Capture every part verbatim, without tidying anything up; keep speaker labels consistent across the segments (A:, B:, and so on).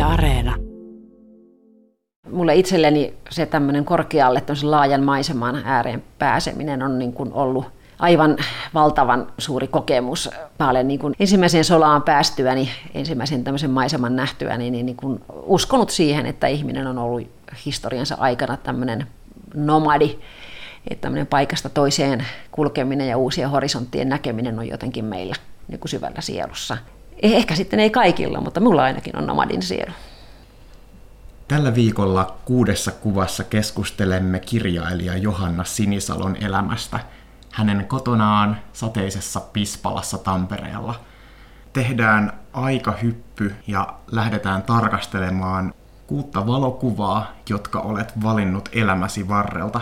A: Areena.
B: Mulle itselleni se tämmöinen korkealle laajan maiseman ääreen pääseminen on niin kuin ollut aivan valtavan suuri kokemus. Mä olen niin kuin ensimmäiseen solaan päästyäni, ensimmäisen tämmöisen maiseman nähtyäni, niin, niin kuin uskonut siihen, että ihminen on ollut historiansa aikana tämmöinen nomadi, että tämmöinen paikasta toiseen kulkeminen ja uusien horisonttien näkeminen on jotenkin meillä niin kuin syvällä sielussa. Ehkä sitten ei kaikilla, mutta mulla ainakin on nomadin sielu.
C: Tällä viikolla kuudessa kuvassa keskustelemme kirjailija Johanna Sinisalon elämästä hänen kotonaan sateisessa Pispalassa Tampereella. Tehdään aikahyppy ja lähdetään tarkastelemaan kuutta valokuvaa, jotka olet valinnut elämäsi varrelta.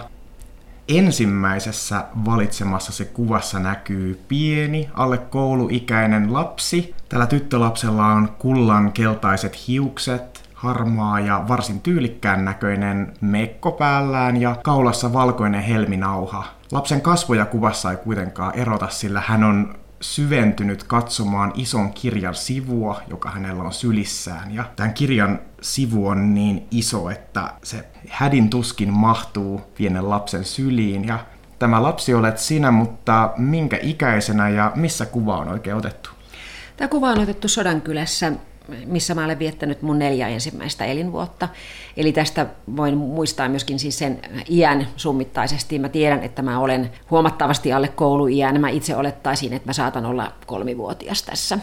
C: Ensimmäisessä valitsemassasi kuvassa näkyy pieni, alle kouluikäinen lapsi. Tällä tyttölapsella on kullan keltaiset hiukset, harmaa ja varsin tyylikkään näköinen mekko päällään ja kaulassa valkoinen helminauha. Lapsen kasvoja kuvassa ei kuitenkaan erota, sillä hän on syventynyt katsomaan ison kirjan sivua, joka hänellä on sylissään. Ja tämän kirjan sivu on niin iso, että se hädin tuskin mahtuu pienen lapsen syliin. Ja tämä lapsi olet sinä, mutta minkä ikäisenä ja missä kuva on oikein otettu?
B: Tämä kuva on otettu Sodankylässä, missä mä olen viettänyt mun neljä ensimmäistä elinvuotta. Eli tästä voin muistaa myöskin siis sen iän summittaisesti. Mä tiedän, että mä olen huomattavasti alle kouluiän. Mä itse olettaisin, että mä saatan olla kolmivuotias tässä.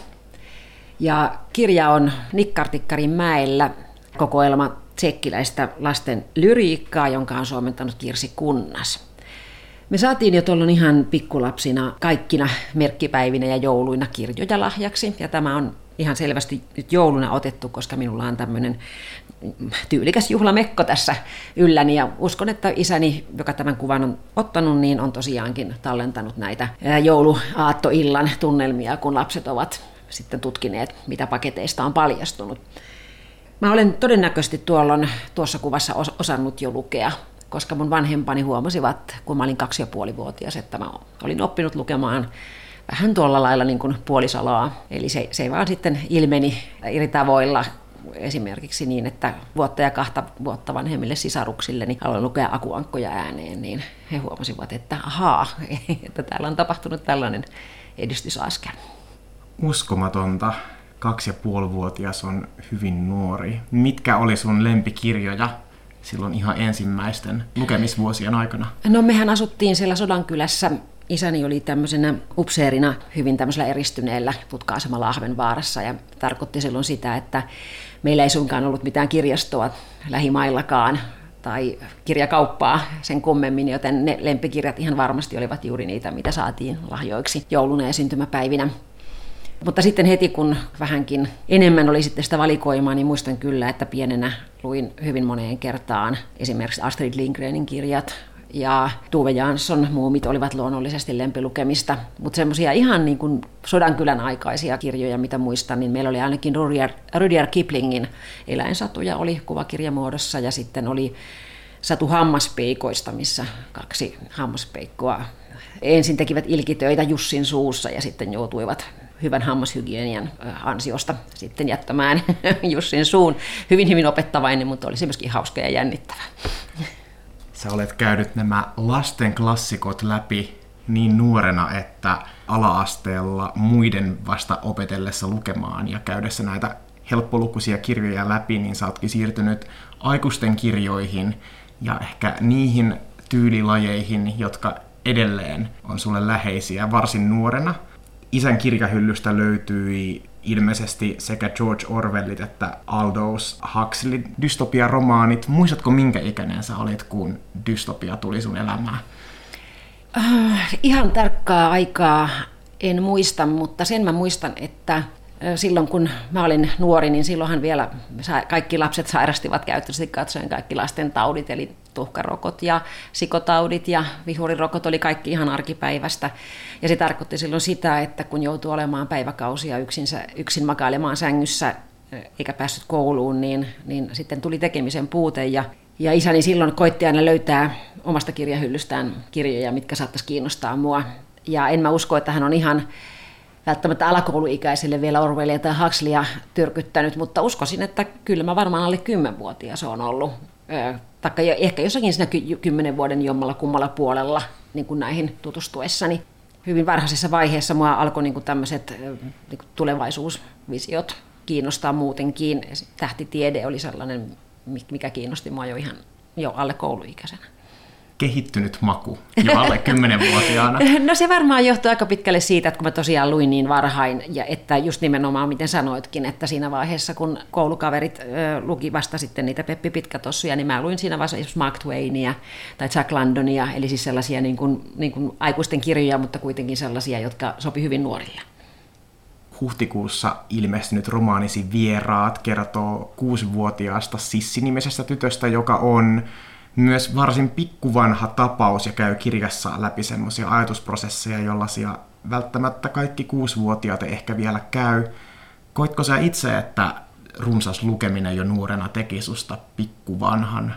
B: Ja kirja on Nikkartikkarin mäellä kokoelma tsekkiläistä lasten lyriikkaa, jonka on suomentanut Kirsi Kunnas. Me saatiin jo tuolloin ihan pikkulapsina kaikkina merkkipäivinä ja jouluina kirjoja lahjaksi. Ja tämä on ihan selvästi nyt jouluna otettu, koska minulla on tämmöinen tyylikäs juhlamekko tässä ylläni. Ja uskon, että isäni, joka tämän kuvan on ottanut, niin on tosiaankin tallentanut näitä jouluaattoillan tunnelmia, kun lapset ovat sitten tutkineet, mitä paketeista on paljastunut. Mä olen todennäköisesti tuolloin, tuossa kuvassa osannut jo lukea, koska mun vanhempani huomasivat, kun mä olin kaksi ja puoli vuotias, että mä olin oppinut lukemaan vähän tuolla lailla niin kuin puolisalaa. Eli se, se vaan sitten ilmeni eri tavoilla, esimerkiksi niin, että vuotta ja kahta vuotta vanhemmille sisaruksille niin aloin lukea akuankkoja ääneen, niin he huomasivat, että ahaa, että täällä on tapahtunut tällainen edistysaskel.
C: Uskomatonta. Kaksi ja puolivuotias on hyvin nuori. Mitkä oli sun lempikirjoja silloin ihan ensimmäisten lukemisvuosien aikana?
B: No mehän asuttiin siellä Sodankylässä. Isäni oli tämmöisenä upseerina hyvin tämmöisellä eristyneellä tutka-asemalla Ahvenvaarassa ja tarkoitti silloin sitä, että meillä ei suinkaan ollut mitään kirjastoa lähimaillakaan tai kirjakauppaa sen kummemmin, joten ne lempikirjat ihan varmasti olivat juuri niitä, mitä saatiin lahjoiksi jouluna ja syntymäpäivinä. Mutta sitten heti kun vähänkin enemmän oli sitten sitä valikoimaa, niin muistan kyllä, että pienenä luin hyvin moneen kertaan esimerkiksi Astrid Lindgrenin kirjat ja Tove Jansson Muumit olivat luonnollisesti lempilukemista. Mutta semmoisia ihan niin kuin Sodankylän aikaisia kirjoja, mitä muistan, niin meillä oli ainakin Rudyard, Rudyard Kiplingin eläinsatuja oli kuvakirjamuodossa ja sitten oli Satu hammaspeikoista, missä kaksi hammaspeikkoa ensin tekivät ilkitöitä Jussin suussa ja sitten joutuivat hyvän hammashygienian ansiosta sitten jättämään Jussin suun. Hyvin, hyvin opettavainen, mutta oli se myöskin hauska ja jännittävä.
C: Sä olet käynyt nämä lasten klassikot läpi niin nuorena, että ala-asteella muiden vasta opetellessa lukemaan ja käydessä näitä helppolukuisia kirjoja läpi, niin sä ootkin siirtynyt aikuisten kirjoihin ja ehkä niihin tyylilajeihin, jotka edelleen on sulle läheisiä varsin nuorena. Isän kirjahyllystä löytyi ilmeisesti sekä George Orwellit että Aldous Huxley dystopiaromaanit. Muistatko, minkä ikäinen sä olit, kun dystopia tuli sun elämään?
B: Äh, ihan tarkkaa aikaa en muista, mutta sen mä muistan, että silloin kun mä olin nuori, niin silloinhan vielä kaikki lapset sairastivat käytöllisesti katsoen kaikki lasten taudit, eli tuhkarokot ja sikotaudit ja vihurirokot oli kaikki ihan arkipäivästä. Ja se tarkoitti silloin sitä, että kun joutui olemaan päiväkausia yksinsä, yksin makailemaan sängyssä eikä päässyt kouluun, niin, niin sitten tuli tekemisen puute. Ja, ja isäni silloin koitti aina löytää omasta kirjahyllystään kirjoja, mitkä saattaisi kiinnostaa mua. Ja en mä usko, että hän on ihan välttämättä alakouluikäiselle vielä Orwellia tai Huxleya tyrkyttänyt, mutta uskoisin, että kyllä mä varmaan alle kymmenvuotias on ollut. Taikka ehkä jossakin siinä kymmenen vuoden jommalla kummalla puolella niin kuin näihin tutustuessani. Hyvin varhaisessa vaiheessa mua alkoi niin kuin tämmöiset niin kuin tulevaisuusvisiot kiinnostaa muutenkin. Tähtitiede oli sellainen, mikä kiinnosti mua jo ihan jo alle kouluikäisenä.
C: Kehittynyt maku jo alle kymmenvuotiaana?
B: No se varmaan johtuu aika pitkälle siitä, että kun mä tosiaan luin niin varhain, ja että just nimenomaan miten sanoitkin, että siinä vaiheessa kun koulukaverit ö, luki vasta sitten niitä Peppi Pitkätossuja, niin mä luin siinä vaiheessa esimerkiksi Mark Twainia tai Jack Londonia, eli siis sellaisia niin kuin, niin kuin aikuisten kirjoja, mutta kuitenkin sellaisia, jotka sopi hyvin nuorille.
C: Huhtikuussa ilmestynyt romaanisi Vieraat kertoo kuusivuotiaasta Sissi-nimisestä tytöstä, joka on myös varsin pikkuvanha tapaus ja käy kirjassa läpi semmoisia ajatusprosesseja, jollaisia välttämättä kaikki kuusivuotiaat ehkä vielä käy. Koitko sä itse, että runsas lukeminen jo nuorena teki susta pikkuvanhan?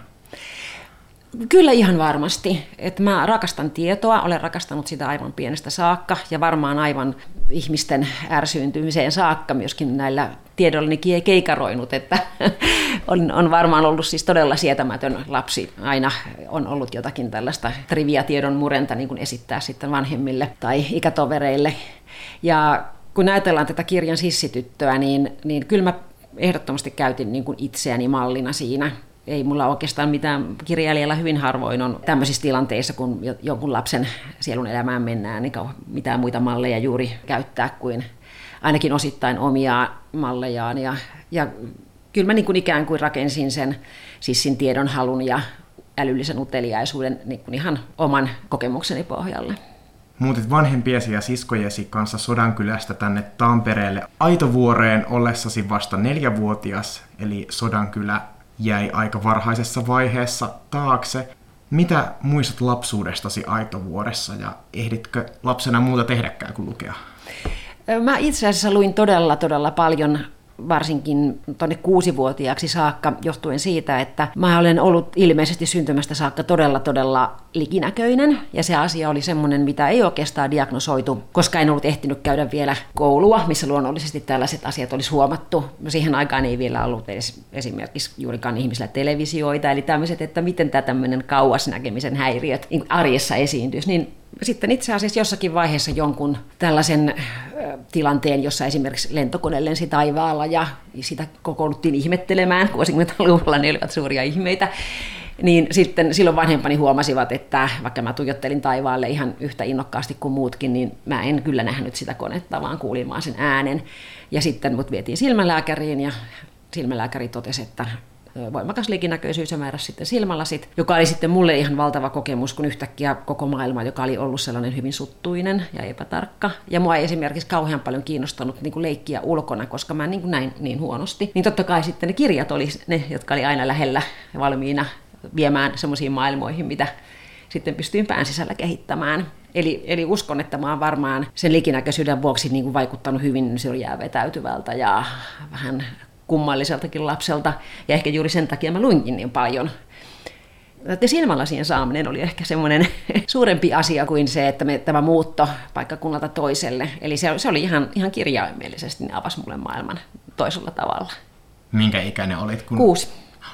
B: Kyllä ihan varmasti. Että mä rakastan tietoa, olen rakastanut sitä aivan pienestä saakka ja varmaan aivan ihmisten ärsyyntymiseen saakka myöskin näillä tiedollani keikaroinut, että on, on varmaan ollut siis todella sietämätön lapsi. Aina on ollut jotakin tällaista trivia-tiedon murenta niin kuin esittää sitten vanhemmille tai ikätovereille. Ja kun ajatellaan tätä kirjan Sissityttöä, niin, niin kyllä mä ehdottomasti käytin niin kuin itseäni mallina siinä. Ei mulla oikeastaan mitään, kirjailijalla hyvin harvoin on tämmöisissä tilanteissa, kun jonkun lapsen sielun elämään mennään, niin mitään muita malleja juuri käyttää kuin ainakin osittain omia mallejaan. Ja, ja kyllä mä niin kuin ikään kuin rakensin sen Sissin tiedonhalun ja älyllisen uteliaisuuden niin kuin ihan oman kokemukseni pohjalle.
C: Muutit vanhempiesi ja siskojesi kanssa Sodankylästä tänne Tampereelle Aitovuoreen ollessasi vasta neljävuotias, eli Sodankylä jäi aika varhaisessa vaiheessa taakse. Mitä muistat lapsuudestasi Aitovuoressa ja ehditkö lapsena muuta tehdäkään kuin lukea?
B: Mä itse asiassa luin todella, todella paljon, varsinkin tuonne kuusivuotiaaksi saakka, johtuen siitä, että mä olen ollut ilmeisesti syntymästä saakka todella, todella likinäköinen. Ja se asia oli semmoinen, mitä ei oikeastaan diagnosoitu, koska en ollut ehtinyt käydä vielä koulua, missä luonnollisesti tällaiset asiat olisi huomattu. Siihen aikaan ei vielä ollut edes esimerkiksi juurikaan ihmisillä televisioita, eli tämmöiset, että miten tämä tämmöinen kauasnäkemisen häiriöt arjessa esiintyisi, niin sitten itse asiassa jossakin vaiheessa jonkun tällaisen tilanteen, jossa esimerkiksi lentokone lensi taivaalla ja sitä kokoonnuttiin ihmettelemään, kuusikymmentäluvulla ne olivat suuria ihmeitä, niin sitten silloin vanhempani huomasivat, että vaikka mä tuijottelin taivaalle ihan yhtä innokkaasti kuin muutkin, niin mä en kyllä nähnyt sitä konetta, vaan kuulin vaan sen äänen. Ja sitten mut vietiin silmälääkäriin ja silmälääkäri totesi, että voimakas likinäköisyys ja määräsi sitten silmälasit, joka oli sitten mulle ihan valtava kokemus, kun yhtäkkiä koko maailma, joka oli ollut sellainen hyvin suttuinen ja epätarkka. Ja mua ei esimerkiksi kauhean paljon kiinnostanut niin kuin leikkiä ulkona, koska mä niin kuin näin niin huonosti. Niin totta kai sitten ne kirjat oli ne, jotka oli aina lähellä ja valmiina viemään semmoisiin maailmoihin, mitä sitten pystyin pään sisällä kehittämään. Eli, eli uskon, että mä oon varmaan sen likinäköisyyden vuoksi niin kuin vaikuttanut hyvin syrjää vetäytyvältä ja vähän kummalliseltakin lapselta, ja ehkä juuri sen takia mä luinkin niin paljon. Silmälasien saaminen oli ehkä semmoinen suurempi asia kuin se, että me, tämä muutto paikkakunnalta toiselle. Eli se, se oli ihan, ihan kirjaimellisesti, ne avasi mulle maailman toisella tavalla.
C: Minkä ikäinen olit? Kun...
B: Kuusi.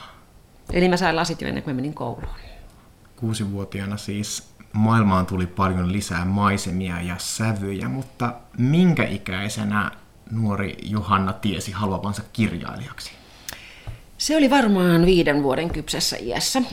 B: Eli mä sain lasit jo ennen kuin mä menin kouluun.
C: Kuusivuotiaana siis maailmaan tuli paljon lisää maisemia ja sävyjä, mutta minkä ikäisenä nuori Johanna tiesi haluavansa kirjailijaksi? Se oli varmaan viiden vuoden kypsessä iässä.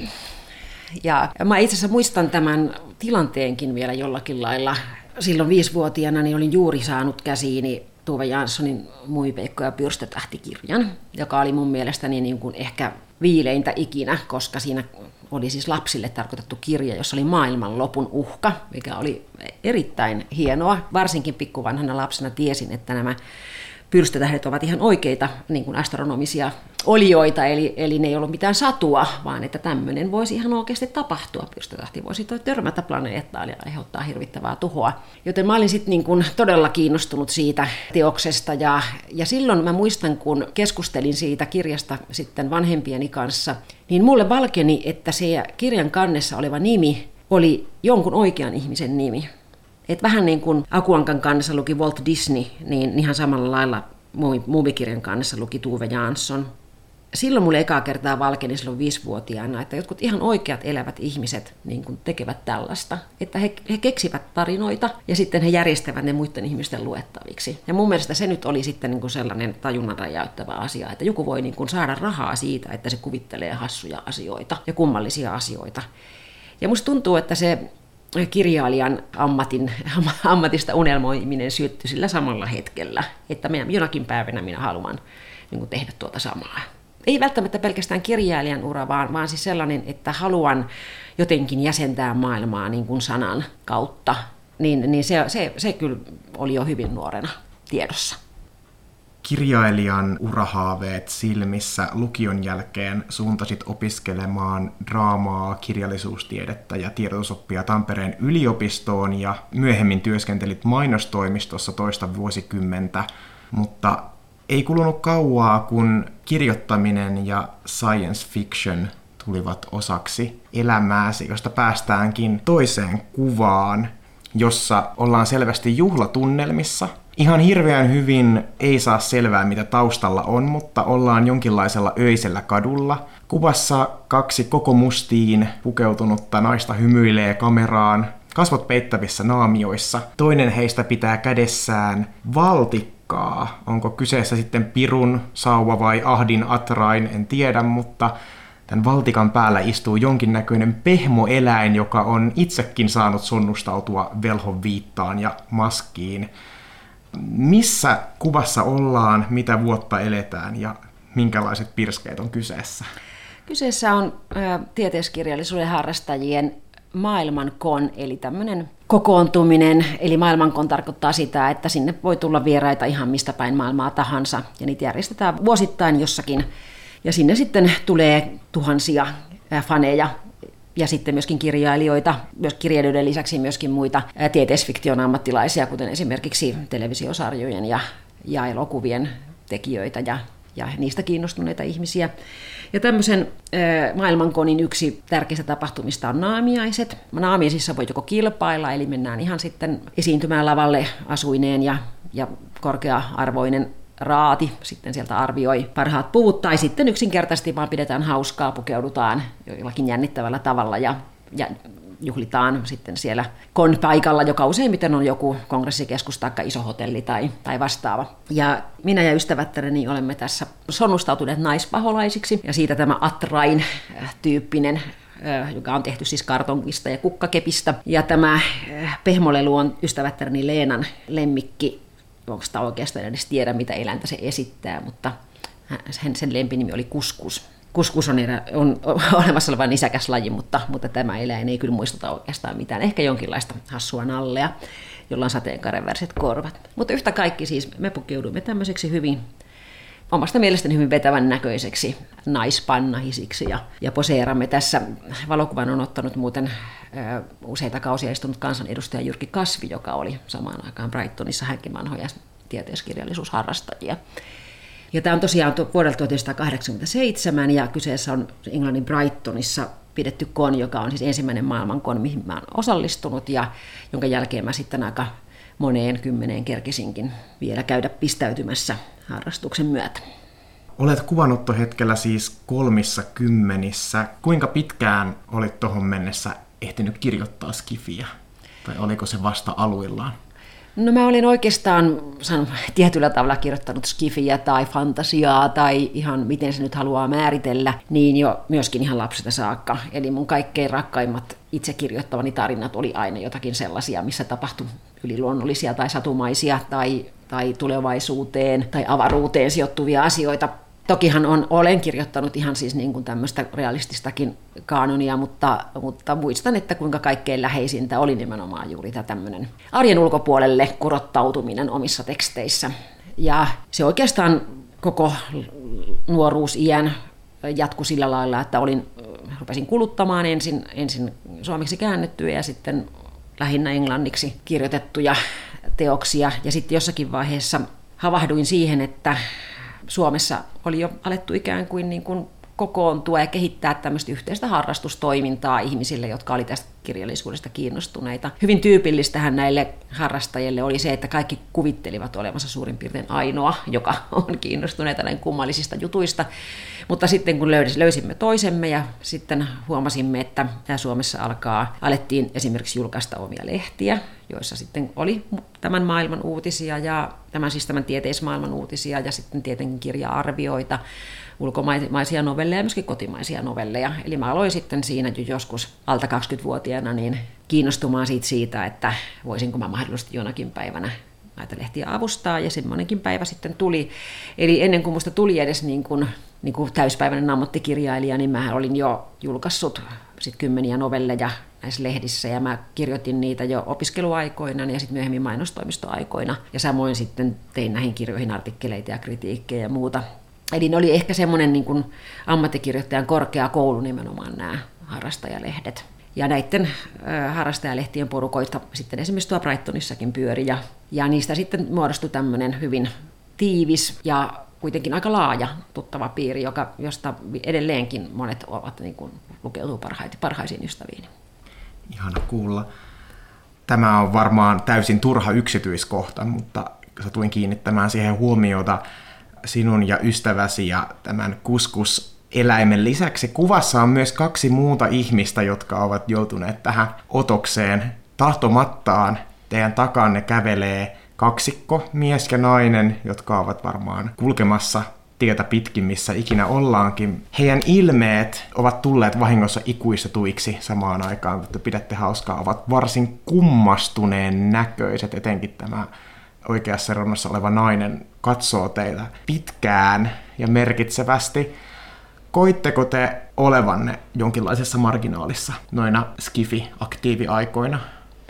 C: Ja mä itse asiassa muistan tämän tilanteenkin vielä jollakin lailla. Silloin viisivuotiaana niin olin juuri saanut käsiini Tove Janssonin Muipeikko ja pyrstötähti-kirjan, joka oli mun mielestäni niin kuin ehkä viileintä ikinä, koska siinä oli siis lapsille tarkoitettu kirja, jossa oli maailmanlopun uhka, mikä oli erittäin hienoa. Varsinkin pikkuvanhana lapsena tiesin, että nämä pyrstötähdet ovat ihan oikeita niin kuin astronomisia olioita, eli, eli ne ei ollut mitään satua, vaan että tämmöinen voisi ihan oikeasti tapahtua. Pyrstötähti voisi törmätä planeettaan ja aiheuttaa hirvittävää tuhoa. Joten mä olin sitten niin kuin todella kiinnostunut siitä teoksesta, ja, ja silloin mä muistan, kun keskustelin siitä kirjasta sitten vanhempieni kanssa, niin mulle valkeni, että se kirjan kannessa oleva nimi oli jonkun oikean ihmisen nimi.
B: Et vähän niin kuin Akuankan kannessa luki Walt Disney, niin ihan samalla lailla Muumikirjan kannessa luki Tove Jansson. Silloin mulle ekaa kertaa valkeni silloin viisivuotiaana, että jotkut ihan oikeat elävät ihmiset niin kuin tekevät tällaista. Että he, he keksivät tarinoita ja sitten he järjestävät ne muiden ihmisten luettaviksi. Ja mun mielestä se nyt oli sitten niin kuin sellainen tajunnan räjäyttävä asia, että joku voi niin kuin saada rahaa siitä, että se kuvittelee hassuja asioita ja kummallisia asioita. Ja musta tuntuu, että se kirjailijan ammatin, ammatista unelmoiminen syöttyi sillä samalla hetkellä, että minä, jonakin päivänä minä haluan niin kuin tehdä tuota samaa. Ei välttämättä pelkästään kirjailijan ura, vaan, vaan siis sellainen, että haluan jotenkin jäsentää maailmaa niin kuin sanan kautta, niin, niin se, se, se kyllä oli jo hyvin nuorena tiedossa.
C: Kirjailijan urahaaveet silmissä lukion jälkeen suuntasit opiskelemaan draamaa, kirjallisuustiedettä ja tiedotusoppia Tampereen yliopistoon ja myöhemmin työskentelit mainostoimistossa toista vuosikymmentä, mutta ei kulunut kauaa, kun kirjoittaminen ja science fiction tulivat osaksi elämääsi, josta päästäänkin toiseen kuvaan, jossa ollaan selvästi juhlatunnelmissa. Ihan hirveän hyvin ei saa selvää, mitä taustalla on, mutta ollaan jonkinlaisella öisellä kadulla. Kuvassa kaksi koko mustiin pukeutunutta naista hymyilee kameraan, kasvot peittävissä naamioissa. Toinen heistä pitää kädessään valtikkaa. Onko kyseessä sitten pirun sauva vai ahdin atrain, en tiedä, mutta tämän valtikan päällä istuu jonkinnäköinen pehmoeläin, joka on itsekin saanut sonnustautua velhon viittaan ja maskiin. Missä kuvassa ollaan, mitä vuotta eletään ja minkälaiset pirskeet on kyseessä?
B: Kyseessä on ä, tieteiskirjallisuuden harrastajien maailmankon, eli tämmöinen kokoontuminen. Eli maailmankon tarkoittaa sitä, että sinne voi tulla vieraita ihan mistä päin maailmaa tahansa, ja niitä järjestetään vuosittain jossakin. Ja sinne sitten tulee tuhansia ä, faneja, ja sitten myöskin kirjailijoita, myös kirjailijoiden lisäksi myöskin muita tieteisfiktion ammattilaisia, kuten esimerkiksi televisiosarjojen ja, ja elokuvien tekijöitä ja, ja niistä kiinnostuneita ihmisiä. Ja tämmöisen äh, maailmankonin yksi tärkeistä tapahtumista on naamiaiset. Naamiaisissa voi joko kilpailla, eli mennään ihan sitten esiintymään lavalle asuineen ja, ja korkea-arvoinen raati sitten sieltä arvioi parhaat puvut, tai sitten yksinkertaisesti vaan pidetään hauskaa, pukeudutaan jollakin jännittävällä tavalla ja, ja juhlitaan sitten siellä kon-paikalla, joka useimmiten on joku kongressikeskus tai iso hotelli tai, tai vastaava. Ja minä ja ystävättäreni olemme tässä sonnustautuneet naispaholaisiksi, ja siitä tämä Atrain-tyyppinen, joka on tehty siis kartonkista ja kukkakepistä. Ja tämä pehmolelu on ystävättäreni Leenan lemmikki. Onko sitä oikeastaan edes tiedä, mitä eläintä se esittää, mutta sen lempinimi oli kuskus. Kuskus on, erä, on olemassa oleva nisäkäs laji, mutta, mutta tämä eläin ei kyllä muistuta oikeastaan mitään. Ehkä jonkinlaista hassua nallea, jolla on sateenkaaren-väriset korvat. Mutta yhtä kaikki siis me pukeudumme tämmöiseksi hyvin, omasta mielestäni hyvin vetävän näköiseksi naispannahisiksi ja, ja poseeramme tässä. Valokuvan on ottanut muuten ö, useita kausia istunut kansanedustaja Jyrki Kasvi, joka oli samaan aikaan Brightonissa hänkin vanhoja tieteiskirjallisuusharrastajia. Ja tämä on tosiaan vuodelta tuhatyhdeksänsataakahdeksankymmentäseitsemän ja kyseessä on Englannin Brightonissa pidetty kon, joka on siis ensimmäinen maailmankon, mihin mä olen osallistunut ja jonka jälkeen mä sitten aika moneen kymmeneen kerkisinkin vielä käydä pistäytymässä harrastuksen myötä.
C: Olet kuvanottohetkellä siis kolmissa kymmenissä. Kuinka pitkään olit tuohon mennessä ehtinyt kirjoittaa skifiä? Tai oliko se vasta aluillaan?
B: No mä olin oikeastaan sanon, tietyllä tavalla kirjoittanut skifiä tai fantasiaa tai ihan miten se nyt haluaa määritellä, niin jo myöskin ihan lapsesta saakka. Eli mun kaikkein rakkaimmat itse kirjoittamani tarinat oli aina jotakin sellaisia, missä tapahtui yliluonnollisia tai satumaisia tai, tai tulevaisuuteen tai avaruuteen sijoittuvia asioita. Tokihan on, olen kirjoittanut ihan siis niin kuin tämmöistä realististakin kaanonia, mutta, mutta muistan, että kuinka kaikkein läheisintä oli nimenomaan juuri tämä tämmöinen arjen ulkopuolelle kurottautuminen omissa teksteissä. Ja se oikeastaan koko nuoruusiän jatkui sillä lailla, että olin, rupesin kuluttamaan ensin, ensin suomeksi käännettyjä ja sitten lähinnä englanniksi kirjoitettuja teoksia. Ja sitten jossakin vaiheessa havahduin siihen, että Suomessa oli jo alettu ikään kuin, niin kuin kokoontua ja kehittää tämmöistä yhteistä harrastustoimintaa ihmisille, jotka oli tästä ammattikirjallisuudesta kiinnostuneita. Hyvin tyypillistähän näille harrastajille oli se, että kaikki kuvittelivat olevansa suurin piirtein ainoa, joka on kiinnostuneita näin kummallisista jutuista. Mutta sitten kun löysimme toisemme ja sitten huomasimme, että tämä Suomessa alkaa, alettiin esimerkiksi julkaista omia lehtiä, joissa sitten oli tämän maailman uutisia ja tämän siis tämän tieteismaailman uutisia ja sitten tietenkin kirja-arvioita, ulkomaisia novelleja ja myöskin kotimaisia novelleja. Eli mä aloin sitten siinä jo joskus alta kaksikymmentävuotiaana niin kiinnostumaan siitä, siitä, että voisinko mä mahdollisesti jonakin päivänä näitä lehtiä avustaa, ja semmoinenkin päivä sitten tuli. Eli ennen kuin musta tuli edes niin kuin, niin kuin täyspäiväinen ammattikirjailija, niin mä olin jo julkaissut sit kymmeniä novelleja näissä lehdissä, ja mä kirjoitin niitä jo opiskeluaikoina ja sitten myöhemmin mainostoimistoaikoina. Ja samoin sitten tein näihin kirjoihin artikkeleita ja kritiikkejä ja muuta. Eli ne oli ehkä semmoinen niin kuin ammattikirjoittajan korkeakoulu nimenomaan nämä harrastajalehdet. Ja näiden äh, harrastajalehtien porukoita sitten esimerkiksi tuo Brightonissakin pyöri, ja, ja niistä sitten muodostui tämmöinen hyvin tiivis ja kuitenkin aika laaja tuttava piiri, joka, josta edelleenkin monet ovat, niin kuin, lukeutuu parhaisiin ystäviin.
C: Ihana kuulla. Tämä on varmaan täysin turha yksityiskohta, mutta satuin kiinnittämään siihen huomiota sinun ja ystäväsi ja tämän kuskus eläimen lisäksi kuvassa on myös kaksi muuta ihmistä, jotka ovat joutuneet tähän otokseen tahtomattaan. Teidän takanne kävelee kaksikko, mies ja nainen, jotka ovat varmaan kulkemassa tietä pitkin, missä ikinä ollaankin. Heidän ilmeet ovat tulleet vahingossa ikuistetuiksi samaan aikaan, mutta pidätte hauskaa, ovat varsin kummastuneen näköiset, etenkin tämä oikeassa reunassa oleva nainen katsoo teitä pitkään ja merkitsevästi. Koitteko te olevanne jonkinlaisessa marginaalissa noina skifi-aktiiviaikoina?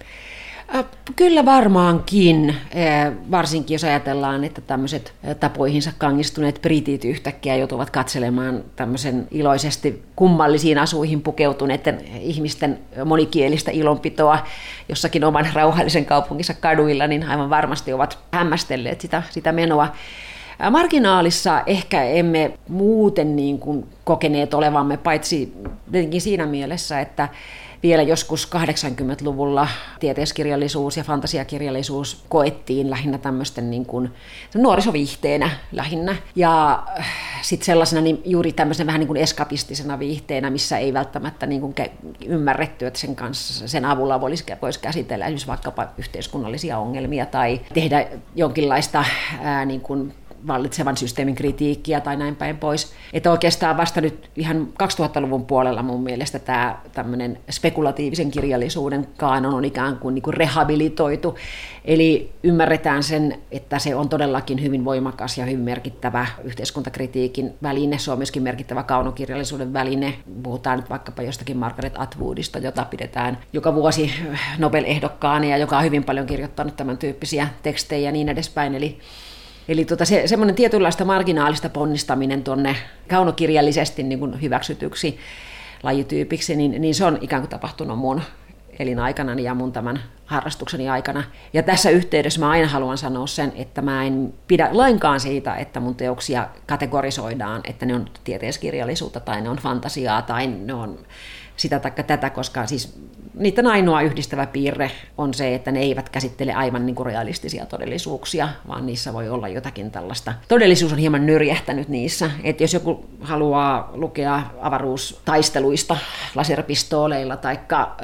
B: Kyllä varmaankin, varsinkin jos ajatellaan, että tämmöiset tapoihinsa kangistuneet britit yhtäkkiä joutuvat katselemaan tämmöisen iloisesti kummallisiin asuihin pukeutuneiden ihmisten monikielistä ilonpitoa jossakin oman rauhallisen kaupunginsa kaduilla, niin aivan varmasti ovat hämmästelleet sitä, sitä menoa. Marginaalissa ehkä emme muuten niin kuin kokeneet olevamme, paitsi tietenkin siinä mielessä, että vielä joskus kahdeksankymmentäluvulla tieteiskirjallisuus ja fantasiakirjallisuus koettiin lähinnä tämmöisten niin kuin nuorisoviihteenä lähinnä. Ja sitten sellaisena niin juuri tämmöisenä vähän niin kuin eskapistisena viihteenä, missä ei välttämättä niin kuin ymmärretty, että sen, kanssa, sen avulla voisi, voisi käsitellä esimerkiksi vaikkapa yhteiskunnallisia ongelmia tai tehdä jonkinlaista ää, niin kuin vallitsevan systeemin kritiikkiä tai näin päin pois. Että oikeastaan vasta nyt ihan kaksituhattaluvun puolella mun mielestä tämä tämmöinen spekulatiivisen kirjallisuuden kaanon on ikään kuin, niin kuin rehabilitoitu. Eli ymmärretään sen, että se on todellakin hyvin voimakas ja hyvin merkittävä yhteiskuntakritiikin väline. Se on myöskin merkittävä kaunokirjallisuuden väline. Puhutaan nyt vaikkapa jostakin Margaret Atwoodista, jota pidetään joka vuosi Nobel-ehdokkaana ja joka on hyvin paljon kirjoittanut tämän tyyppisiä tekstejä ja niin edespäin. Eli Eli tuota, se, semmoinen tietynlaista marginaalista ponnistaminen tuonne kaunokirjallisesti niin kuin hyväksytyksi lajityypiksi, niin, niin se on ikään kuin tapahtunut mun elinaikanani ja mun tämän harrastukseni aikana. Ja tässä yhteydessä mä aina haluan sanoa sen, että mä en pidä lainkaan siitä, että mun teoksia kategorisoidaan, että ne on tieteiskirjallisuutta tai ne on fantasiaa tai ne on sitä tai tätä, koska siis niiden ainoa yhdistävä piirre on se, että ne eivät käsittele aivan niin kuin realistisia todellisuuksia, vaan niissä voi olla jotakin tällaista. Todellisuus on hieman nyrjähtänyt niissä, että jos joku haluaa lukea avaruustaisteluista laserpistooleilla tai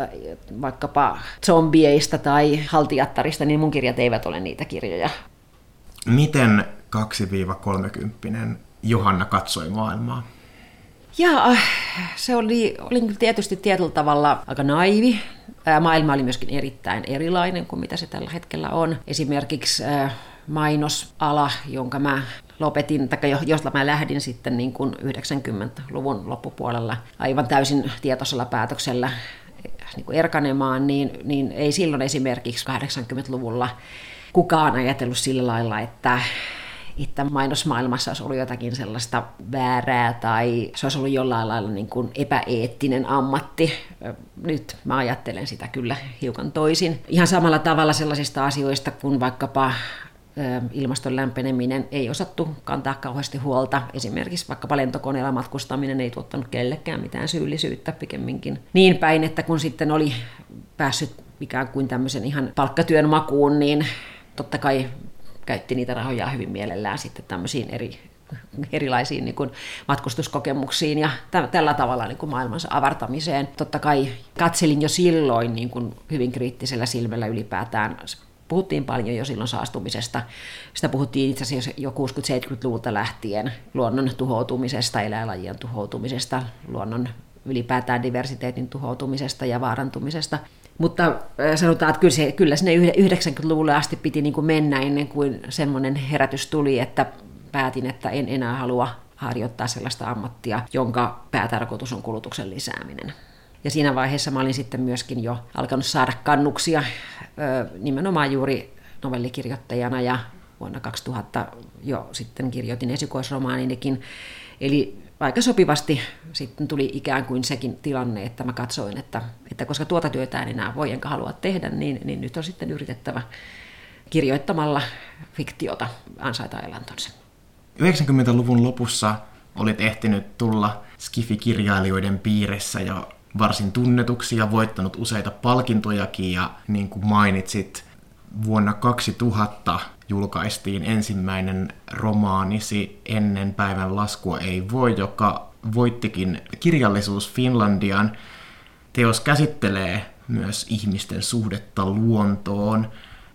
B: vaikkapa zombieista tai haltijattarista, niin mun kirjat eivät ole niitä kirjoja.
C: Miten kaksi-kolmekymppinen Johanna katsoi maailmaa?
B: Ja se oli, oli tietysti tietyllä tavalla aika naivi. Maailma oli myöskin erittäin erilainen kuin mitä se tällä hetkellä on. Esimerkiksi mainosala, jonka mä lopetin, tai josta mä lähdin sitten niin kuin yhdeksänkymmentäluvun loppupuolella aivan täysin tietoisella päätöksellä niin kuin erkanemaan, niin, niin ei silloin esimerkiksi kahdeksankymmentäluvulla kukaan ajatellut sillä lailla, että että mainosmaailmassa olisi ollut jotakin sellaista väärää tai se olisi ollut jollain lailla niin kuin epäeettinen ammatti. Nyt mä ajattelen sitä kyllä hiukan toisin. Ihan samalla tavalla sellaisista asioista kuin vaikkapa ilmaston lämpeneminen, ei osattu kantaa kauheasti huolta. Esimerkiksi vaikkapa lentokoneella matkustaminen ei tuottanut kellekään mitään syyllisyyttä, pikemminkin niin päin, että kun sitten oli päässyt ikään kuin tämmöisen ihan palkkatyön makuun, niin totta kai käytti niitä rahoja hyvin mielellään sitten tämmöisiin eri, erilaisiin niin kuin matkustuskokemuksiin ja tä- tällä tavalla niin kuin maailmansa avartamiseen. Totta kai katselin jo silloin niin kuin hyvin kriittisellä silmällä ylipäätään. Puhuttiin paljon jo silloin saastumisesta. Sitä puhuttiin itse asiassa jo kuusikymmentä-seitsemänkymmentäluvulta lähtien luonnon tuhoutumisesta, eläinlajien tuhoutumisesta, luonnon ylipäätään diversiteetin tuhoutumisesta ja vaarantumisesta. Mutta sanotaan, että kyllä, se, kyllä sinne yhdeksänkymmentäluvulle asti piti niin kuin mennä ennen kuin semmoinen herätys tuli, että päätin, että en enää halua harjoittaa sellaista ammattia, jonka päätarkoitus on kulutuksen lisääminen. Ja siinä vaiheessa mä olin sitten myöskin jo alkanut saada kannuksia nimenomaan juuri novellikirjoittajana ja vuonna kaksituhatta jo sitten kirjoitin esikoisromaaninikin. Eli aika sopivasti sitten tuli ikään kuin sekin tilanne, että mä katsoin, että, että koska tuota työtä en enää voi enkä halua tehdä, niin, niin nyt on sitten yritettävä kirjoittamalla fiktiota ansaita elantonsa.
C: yhdeksänkymmentäluvun lopussa olit ehtinyt tulla skifi-kirjailijoiden piirissä ja varsin tunnetuksi ja voittanut useita palkintojakin ja niin kuin mainitsit, vuonna kaksituhatta julkaistiin ensimmäinen romaanisi Ennen päivän laskua ei voi, joka voittikin Kirjallisuus Finlandian. Teos käsittelee myös ihmisten suhdetta luontoon.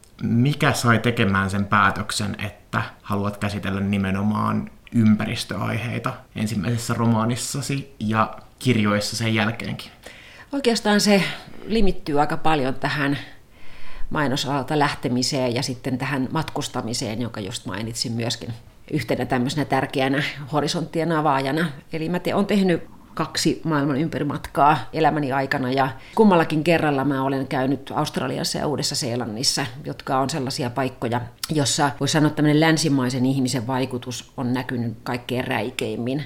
C: Mikä sai tekemään sen päätöksen, että haluat käsitellä nimenomaan ympäristöaiheita ensimmäisessä romaanissasi ja kirjoissa sen jälkeenkin?
B: Oikeastaan se limittyy aika paljon tähän mainosalalta lähtemiseen ja sitten tähän matkustamiseen, jonka just mainitsin myöskin yhtenä tämmöisenä tärkeänä horisonttien avaajana. Eli mä te- olen tehnyt kaksi maailman ympärimatkaa elämäni aikana ja kummallakin kerralla mä olen käynyt Australiassa ja Uudessa-Seelannissa, jotka on sellaisia paikkoja, jossa voi sanoa, että tämmöinen länsimaisen ihmisen vaikutus on näkynyt kaikkein räikeimmin.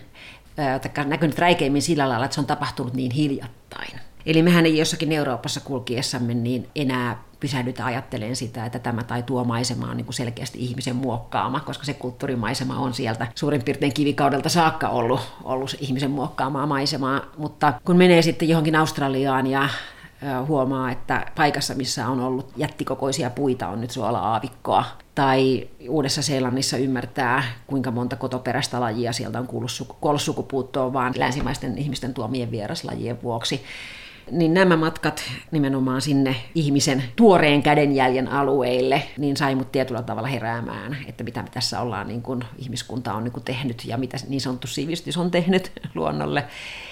B: Tai näkynyt räikeimmin sillä lailla, että se on tapahtunut niin hiljattain. Eli mehän ei jossakin Euroopassa kulkiessamme niin enää pysähdytä ajattelemaan sitä, että tämä tai tuo maisema on niin kuin selkeästi ihmisen muokkaama, koska se kulttuurimaisema on sieltä suurin piirtein kivikaudelta saakka ollut, ollut ihmisen muokkaamaa maisemaa. Mutta kun menee sitten johonkin Australiaan ja huomaa, että paikassa, missä on ollut jättikokoisia puita, on nyt suola-aavikkoa, tai Uudessa-Seelannissa ymmärtää, kuinka monta kotoperäistä lajia sieltä on kuollut sukupuuttoon vaan länsimaisten ihmisten tuomien vieraslajien vuoksi, niin nämä matkat nimenomaan sinne ihmisen tuoreen kädenjäljen alueille, niin sai mut tietyllä tavalla heräämään, että mitä me tässä ollaan, niin kuin ihmiskunta on niin kuin tehnyt ja mitä niin sanottu sivistys on tehnyt luonnolle.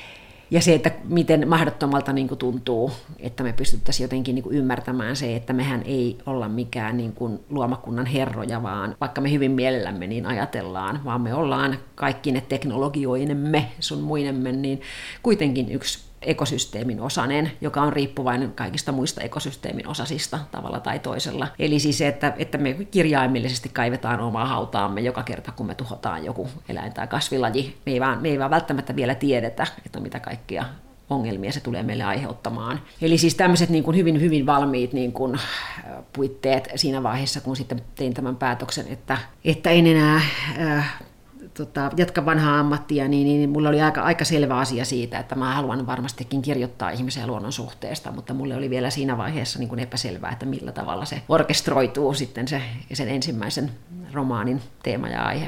B: Ja se, että miten mahdottomalta niin kuin tuntuu, että me pystyttäisiin jotenkin niin kuin ymmärtämään se, että mehän ei olla mikään niin kuin luomakunnan herroja, vaan vaikka me hyvin mielellämme niin ajatellaan, vaan me ollaan kaikki ne teknologioinemme sun muinemme, niin kuitenkin yksi ekosysteemin osainen, joka on riippuvainen kaikista muista ekosysteemin osasista tavalla tai toisella. Eli siis se, että, että me kirjaimellisesti kaivetaan omaa hautaamme joka kerta, kun me tuhotaan joku eläin tai kasvilaji. Me ei vaan, me ei vaan välttämättä vielä tiedetä, että mitä kaikkia ongelmia se tulee meille aiheuttamaan. Eli siis tämmöiset niin kuin hyvin, hyvin valmiit niin kuin puitteet siinä vaiheessa, kun sitten tein tämän päätöksen, että, että en enää Äh, Tota, jatka vanhaa ammattia, niin, niin mulla oli aika, aika selvä asia siitä, että mä haluan varmastikin kirjoittaa ihmisen ja luonnon suhteesta, mutta mulle oli vielä siinä vaiheessa niin kuin epäselvää, että millä tavalla se orkestroituu sitten se, sen ensimmäisen romaanin teema ja aihe.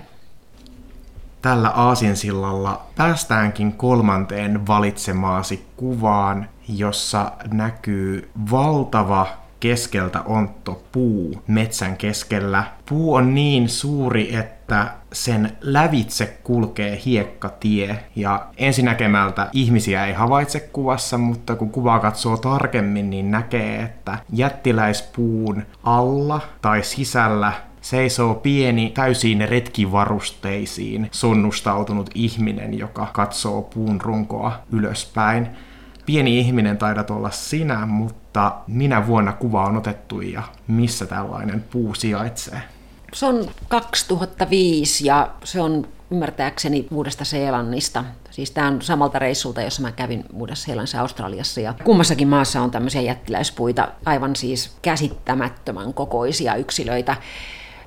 C: Tällä aasinsillalla päästäänkin kolmanteen valitsemaasi kuvaan, jossa näkyy valtava keskeltä ontto puu metsän keskellä. Puu on niin suuri, että sen lävitse kulkee hiekkatie ja ensinäkemältä ihmisiä ei havaitse kuvassa, mutta kun kuvaa katsoo tarkemmin, niin näkee, että jättiläispuun alla tai sisällä seisoo pieni, täysin retkivarusteisiin sonnustautunut ihminen, joka katsoo puun runkoa ylöspäin. Pieni ihminen taidat olla sinä, mutta minä vuonna kuva on otettu ja missä tällainen puu sijaitsee?
B: Se on kaksituhattaviisi ja se on ymmärtääkseni Uudesta-Seelannista. Siis tämä on samalta reissulta, jossa mä kävin Uudessa-Seelannissa Australiassa. Ja kummassakin maassa on tämmöisiä jättiläispuita, aivan siis käsittämättömän kokoisia yksilöitä.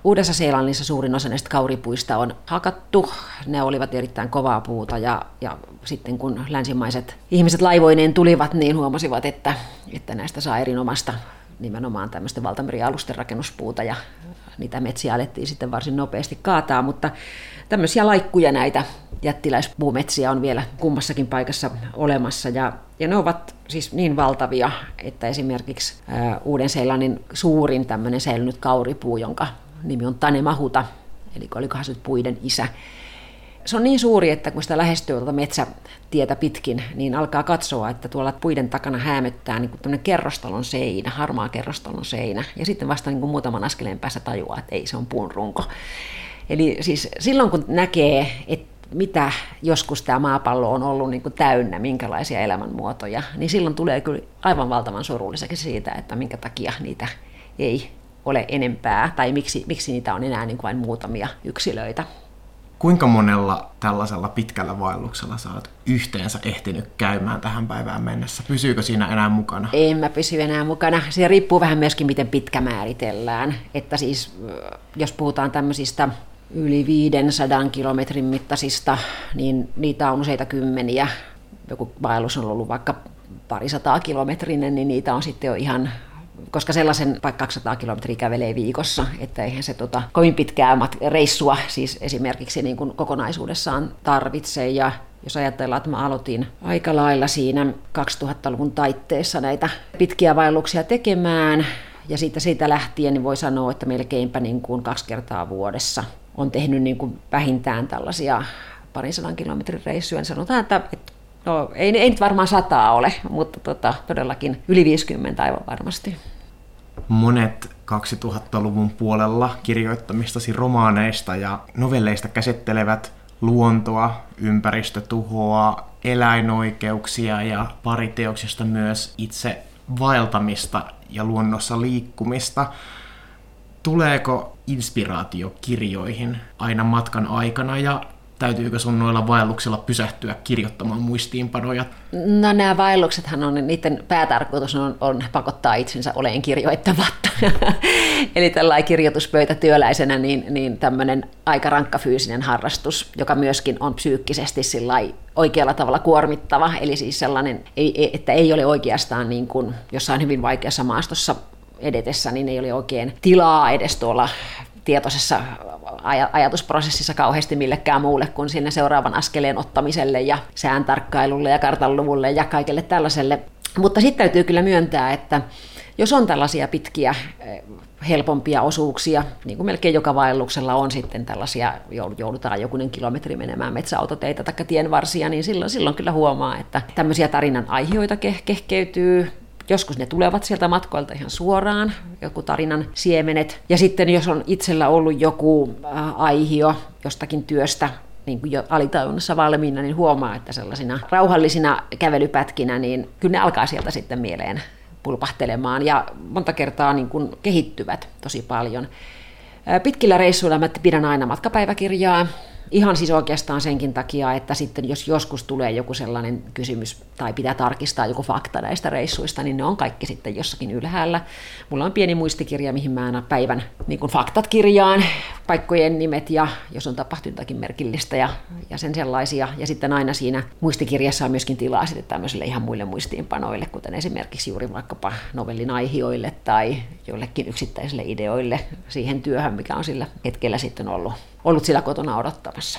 B: Uudessa-Seelannissa suurin osa näistä kauripuista on hakattu. Ne olivat erittäin kovaa puuta ja, ja sitten kun länsimaiset ihmiset laivoineen tulivat, niin huomasivat, että, että näistä saa erinomasta nimenomaan tämmöistä valtamerialusten rakennuspuuta ja niitä metsiä alettiin sitten varsin nopeasti kaataa, mutta tämmöisiä laikkuja näitä jättiläispuumetsiä on vielä kummassakin paikassa olemassa ja, ja ne ovat siis niin valtavia, että esimerkiksi ää, Uuden-Seelannin suurin tämmöinen säilynyt kauripuu, jonka nimi on Tanemahuta, eli olikohan se nyt puiden isä. Se on niin suuri, että kun sitä lähestyy tuota metsätietä pitkin, niin alkaa katsoa, että tuolla puiden takana häämöttää niin kuin tämmöinen kerrostalon seinä, harmaa kerrostalon seinä, ja sitten vasta niin kuin muutaman askeleen päässä tajuaa, että ei, se on puun runko. Eli siis silloin kun näkee, että mitä joskus tämä maapallo on ollut niin kuin täynnä, minkälaisia elämänmuotoja, niin silloin tulee kyllä aivan valtavan surulliseksi siitä, että minkä takia niitä ei ole enempää, tai miksi, miksi niitä on enää niin kuin vain muutamia yksilöitä.
C: Kuinka monella tällaisella pitkällä vaelluksella sä oot yhteensä ehtinyt käymään tähän päivään mennessä? Pysyykö siinä enää mukana?
B: En mä pysy enää mukana. Se riippuu vähän myöskin, miten pitkä määritellään. Että siis, jos puhutaan tämmöisistä yli viisisataa kilometrin mittaisista, niin niitä on useita kymmeniä. Joku vaellus on ollut vaikka parisataa kilometrinen, niin niitä on sitten jo ihan... Koska sellaisen vaikka kaksisataa kilometriä kävelee viikossa, että eihän se tota, kovin pitkää mat- reissua siis esimerkiksi niin kuin kokonaisuudessaan tarvitse. Ja jos ajatellaan, että mä aloitin aika lailla siinä kaksituhattaluvun taitteessa näitä pitkiä vaelluksia tekemään, ja siitä, siitä lähtien niin voi sanoa, että melkeinpä niin kuin kaksi kertaa vuodessa on tehnyt niin kuin vähintään tällaisia parinsadan kilometrin reissuja. Niin sanotaan, että, että no, ei, ei nyt varmaan sataa ole, mutta tota, todellakin yli viisikymmentä aivan varmasti.
C: Monet kaksituhattaluvun puolella kirjoittamistasi romaaneista ja novelleista käsittelevät luontoa, ympäristötuhoa, eläinoikeuksia ja pari teoksista myös itse vaeltamista ja luonnossa liikkumista. Tuleeko inspiraatio kirjoihin aina matkan aikana ja täytyykö sun noilla vaelluksilla pysähtyä kirjoittamaan muistiinpanoja?
B: No nämä vaelluksethan on, niiden päätarkoitus on, on pakottaa itsensä oleen kirjoittamatta. Eli tällainen kirjoituspöytätyöläisenä niin, niin tämmöinen aika rankka fyysinen harrastus, joka myöskin on psyykkisesti sillai oikealla tavalla kuormittava. Eli siis sellainen, että ei ole oikeastaan niin kuin jossain hyvin vaikeassa maastossa edetessä, niin ei ole oikein tilaa edes tuolla tietoisessa ajatusprosessissa kauheasti millekään muulle kuin sinne seuraavan askeleen ottamiselle ja sääntarkkailulle ja kartanluvulle ja kaikelle tällaiselle. Mutta sitten täytyy kyllä myöntää, että jos on tällaisia pitkiä, helpompia osuuksia, niin kuin melkein joka vaelluksella on sitten tällaisia, joudutaan jokunen kilometri menemään metsäautoteitä tai tienvarsia, niin silloin, silloin kyllä huomaa, että tämmöisiä tarinan aiheita kehkeytyy. Joskus ne tulevat sieltä matkoilta ihan suoraan, joku tarinan siemenet. Ja sitten jos on itsellä ollut joku aihio jostakin työstä, niin kuin jo alitajunnassa valmiina, niin huomaa, että sellaisina rauhallisina kävelypätkinä, niin kyllä ne alkaa sieltä sitten mieleen pulpahtelemaan. Ja monta kertaa niin kuin kehittyvät tosi paljon. Pitkillä reissuilla mä pidän aina matkapäiväkirjaa. Ihan siis oikeastaan senkin takia, että sitten jos joskus tulee joku sellainen kysymys tai pitää tarkistaa joku fakta näistä reissuista, niin ne on kaikki sitten jossakin ylhäällä. Mulla on pieni muistikirja, mihin mä aina päivän niin kuin faktat kirjaan, paikkojen nimet ja jos on tapahtunut jotakin merkillistä ja, ja sen sellaisia. Ja sitten aina siinä muistikirjassa on myöskin tilaa sitten tämmöisille ihan muille muistiinpanoille, kuten esimerkiksi juuri vaikkapa novellin aiheille tai joillekin yksittäisille ideoille siihen työhön, mikä on sillä hetkellä sitten ollut. ollut sillä kotona odottamassa.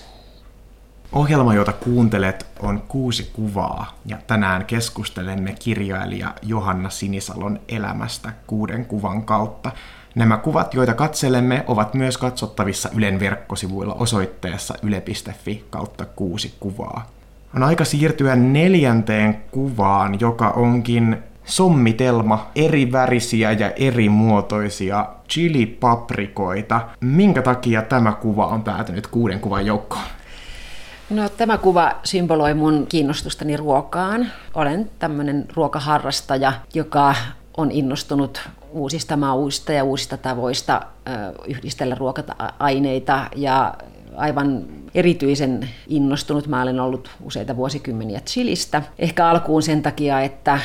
C: Ohjelma, jota kuuntelet, on Kuusi kuvaa, ja tänään keskustelemme kirjailija Johanna Sinisalon elämästä kuuden kuvan kautta. Nämä kuvat, joita katselemme, ovat myös katsottavissa Ylen verkkosivuilla osoitteessa yle piste fi kautta kuusi kuvaa. On aika siirtyä neljänteen kuvaan, joka onkin sommitelma eri värisiä ja eri muotoisia chilipaprikoita. Minkä takia tämä kuva on päätynyt kuuden kuvan joukkoon?
B: No, tämä kuva symboloi mun kiinnostustani ruokaan. Olen tämmöinen ruokaharrastaja, joka on innostunut uusista mauista ja uusista tavoista yhdistellä ruoka-aineita ja aivan erityisen innostunut. Mä olen ollut useita vuosikymmeniä chilistä. Ehkä alkuun sen takia, että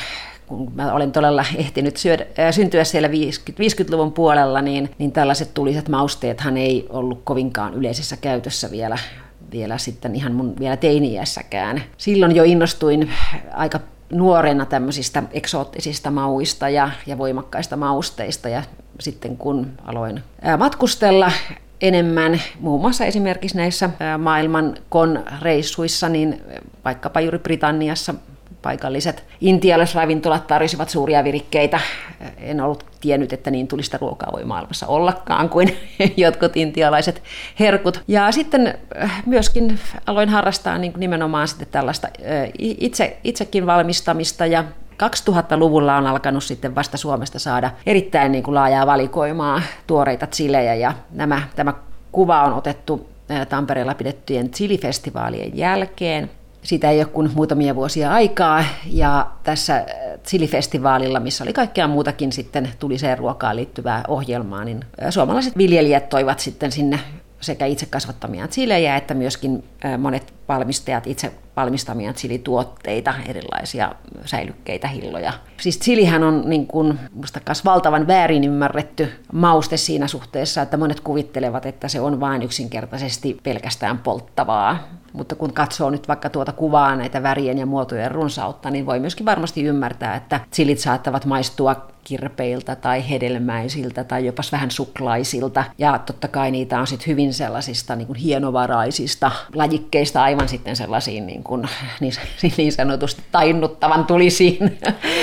B: kun mä olen todella ehtinyt syödä, äh, syntyä siellä viisikymmentäluvun puolella, niin, niin tällaiset tuliset mausteethan ei ollut kovinkaan yleisessä käytössä vielä, vielä sitten ihan mun vielä teini-iässäkään. Silloin jo innostuin aika nuorena tämmöisistä eksoottisista mauista ja, ja voimakkaista mausteista, ja sitten kun aloin äh, matkustella enemmän, muun muassa esimerkiksi näissä maailman kon-reissuissa, niin vaikkapa juuri Britanniassa paikalliset intialaisravintolat tarjosivat suuria virikkeitä. En ollut tiennyt, että niin tulista ruokaa voi maailmassa ollakaan kuin jotkut intialaiset herkut. Ja sitten myöskin aloin harrastaa niin kuin nimenomaan sitten tällaista itse, itsekin valmistamista, ja kaksituhattaluvulla on alkanut sitten vasta Suomesta saada erittäin niin kuin laajaa valikoimaa tuoreita chilejä, ja nämä, tämä kuva on otettu Tampereella pidettyjen chilifestivaalien jälkeen. Siitä ei ole kuin muutamia vuosia aikaa, ja tässä chilifestivaalilla, missä oli kaikkea muutakin sitten tuliseen ruokaan liittyvää ohjelmaa, niin suomalaiset viljelijät toivat sitten sinne sekä itse kasvattamia chilejä että myöskin monet valmistajat itse valmistamia chilituotteita, erilaisia säilykkeitä, hilloja. Siis chilihän on niin kuin, musta kas valtavan väärin ymmärretty mauste siinä suhteessa, että monet kuvittelevat, että se on vain yksinkertaisesti pelkästään polttavaa. Mutta kun katsoo nyt vaikka tuota kuvaa, näitä värien ja muotojen runsautta, niin voi myöskin varmasti ymmärtää, että chilit saattavat maistua kirpeiltä tai hedelmäisiltä tai jopa vähän suklaisilta. Ja totta kai niitä on sitten hyvin sellaisista niin kuin hienovaraisista lajikkeista aivan sitten sellaisiin niin, kuin, niin, niin sanotusti tainnuttavan tulisiin.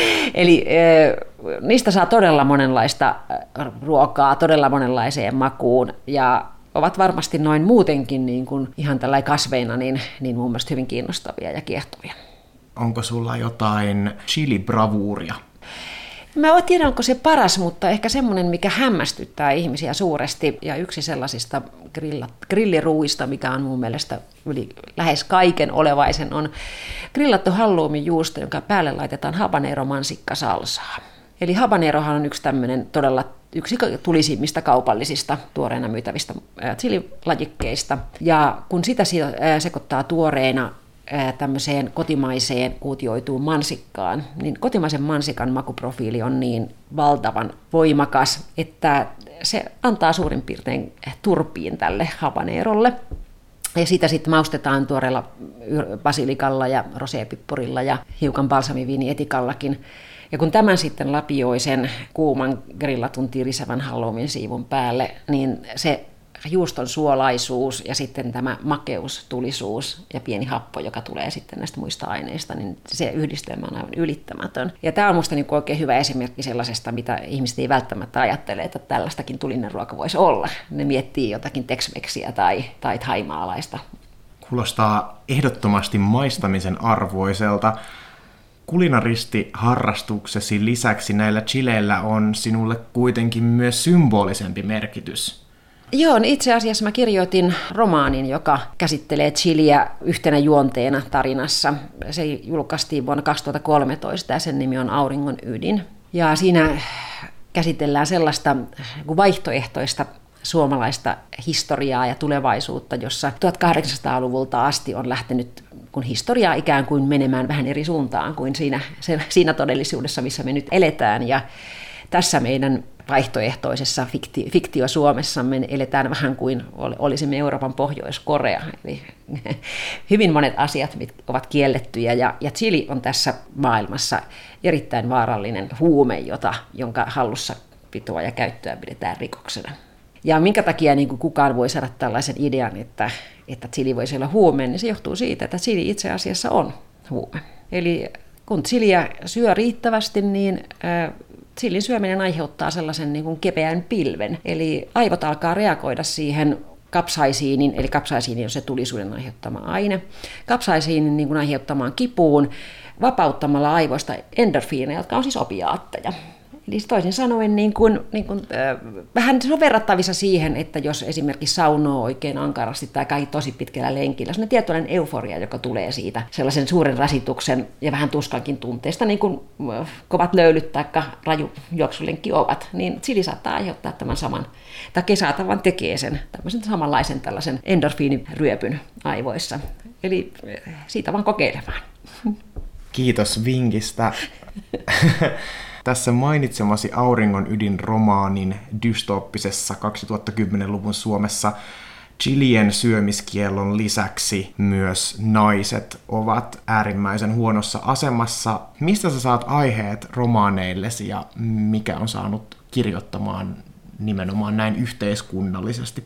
B: Eli e, niistä saa todella monenlaista ruokaa, todella monenlaiseen makuun, ja ovat varmasti noin muutenkin niin kuin ihan tällainen kasveina niin, niin mun mielestä hyvin kiinnostavia ja kiehtovia. Onko
C: sulla jotain chili-bravuuria?
B: Mä en tiedä, onko se paras, mutta ehkä semmoinen, mikä hämmästyttää ihmisiä suuresti, ja yksi sellaisista grillat, grilliruuista, mikä on mun mielestä yli lähes kaiken olevaisen, on grillattu halloumijuusto, jonka päälle laitetaan habanero mansikkasalsaa. Eli habanerohan on yksi tämmöinen todella yksi tulisimmista kaupallisista tuoreena myytävistä chililajikkeista. Ja kun sitä sekoittaa tuoreena tämmöiseen kotimaiseen kuutioituun mansikkaan, niin kotimaisen mansikan makuprofiili on niin valtavan voimakas, että se antaa suurin piirtein turpiin tälle habanerolle. Ja sitä sitten maustetaan tuoreella basilikalla ja roseepippurilla ja hiukan balsamiviinieetikallakin. Ja kun tämän sitten lapioi sen kuuman grillatun tirisevän halloumin siivun päälle, niin se juuston suolaisuus ja sitten tämä makeus, tulisuus ja pieni happo, joka tulee sitten näistä muista aineista, niin se yhdistelmä on aivan ylittämätön. Ja tämä on minusta niin oikein hyvä esimerkki sellaisesta, mitä ihmiset ei välttämättä ajattele, että tällaistakin tulinen ruoka voisi olla. Ne miettii jotakin tex-mexiä tai, tai thaimaalaista.
C: Kuulostaa ehdottomasti maistamisen arvoiselta. Kulinaristiharrastuksesi lisäksi näillä chileillä on sinulle kuitenkin myös symbolisempi merkitys.
B: Joo, itse asiassa mä kirjoitin romaanin, joka käsittelee chiliä yhtenä juonteena tarinassa. Se julkaistiin vuonna kaksituhattakolmetoista ja sen nimi on Auringon ydin. Ja siinä käsitellään sellaista vaihtoehtoista suomalaista historiaa ja tulevaisuutta, jossa tuhatkahdeksansataaluvulta asti on lähtenyt kun historiaa ikään kuin menemään vähän eri suuntaan kuin siinä, siinä todellisuudessa, missä me nyt eletään. Ja tässä meidän vaihtoehtoisessa fikti, fiktio-Suomessamme eletään vähän kuin olisimme Euroopan Pohjois-Korea. Eli hyvin monet asiat ovat kiellettyjä, ja, ja chili on tässä maailmassa erittäin vaarallinen huume, jota, jonka hallussa pitoa ja käyttöä pidetään rikoksena. Ja minkä takia niin kuin kukaan voi saada tällaisen idean, että, että chili voisi olla huume, niin se johtuu siitä, että chili itse asiassa on huume. Eli kun chiliä syö riittävästi, niin äh, chilin syöminen aiheuttaa sellaisen niin kuin kepeän pilven. Eli aivot alkaa reagoida siihen kapsaisiinin, eli kapsaisiini on se tulisuuden aiheuttama aine, kapsaisiinin niin kuin aiheuttamaan kipuun vapauttamalla aivoista endorfiineja, jotka on siis opiaatteja. Eli toisin sanoen niin kuin, niin kuin, äh, vähän se on verrattavissa siihen, että jos esimerkiksi saunoo oikein ankarasti tai kai tosi pitkällä lenkillä, sellainen tietoinen euforia, joka tulee siitä sellaisen suuren rasituksen ja vähän tuskankin tunteesta, niin kuin äh, kovat löylyt tai raju juoksulenkki ovat, niin chili saattaa aiheuttaa tämän saman, tai kesätavan tekee sen tämmöisen samanlaisen tällaisen endorfiiniryöpyn aivoissa. Eli äh, siitä vaan kokeilemaan.
C: Kiitos vinkistä. Tässä mainitsemasi Auringon ydin-romaanin dystooppisessa kaksituhattakymmenluvun Suomessa chilien syömiskiellon lisäksi myös naiset ovat äärimmäisen huonossa asemassa. Mistä sä saat aiheet romaaneillesi ja mikä on saanut kirjoittamaan nimenomaan näin yhteiskunnallisesti?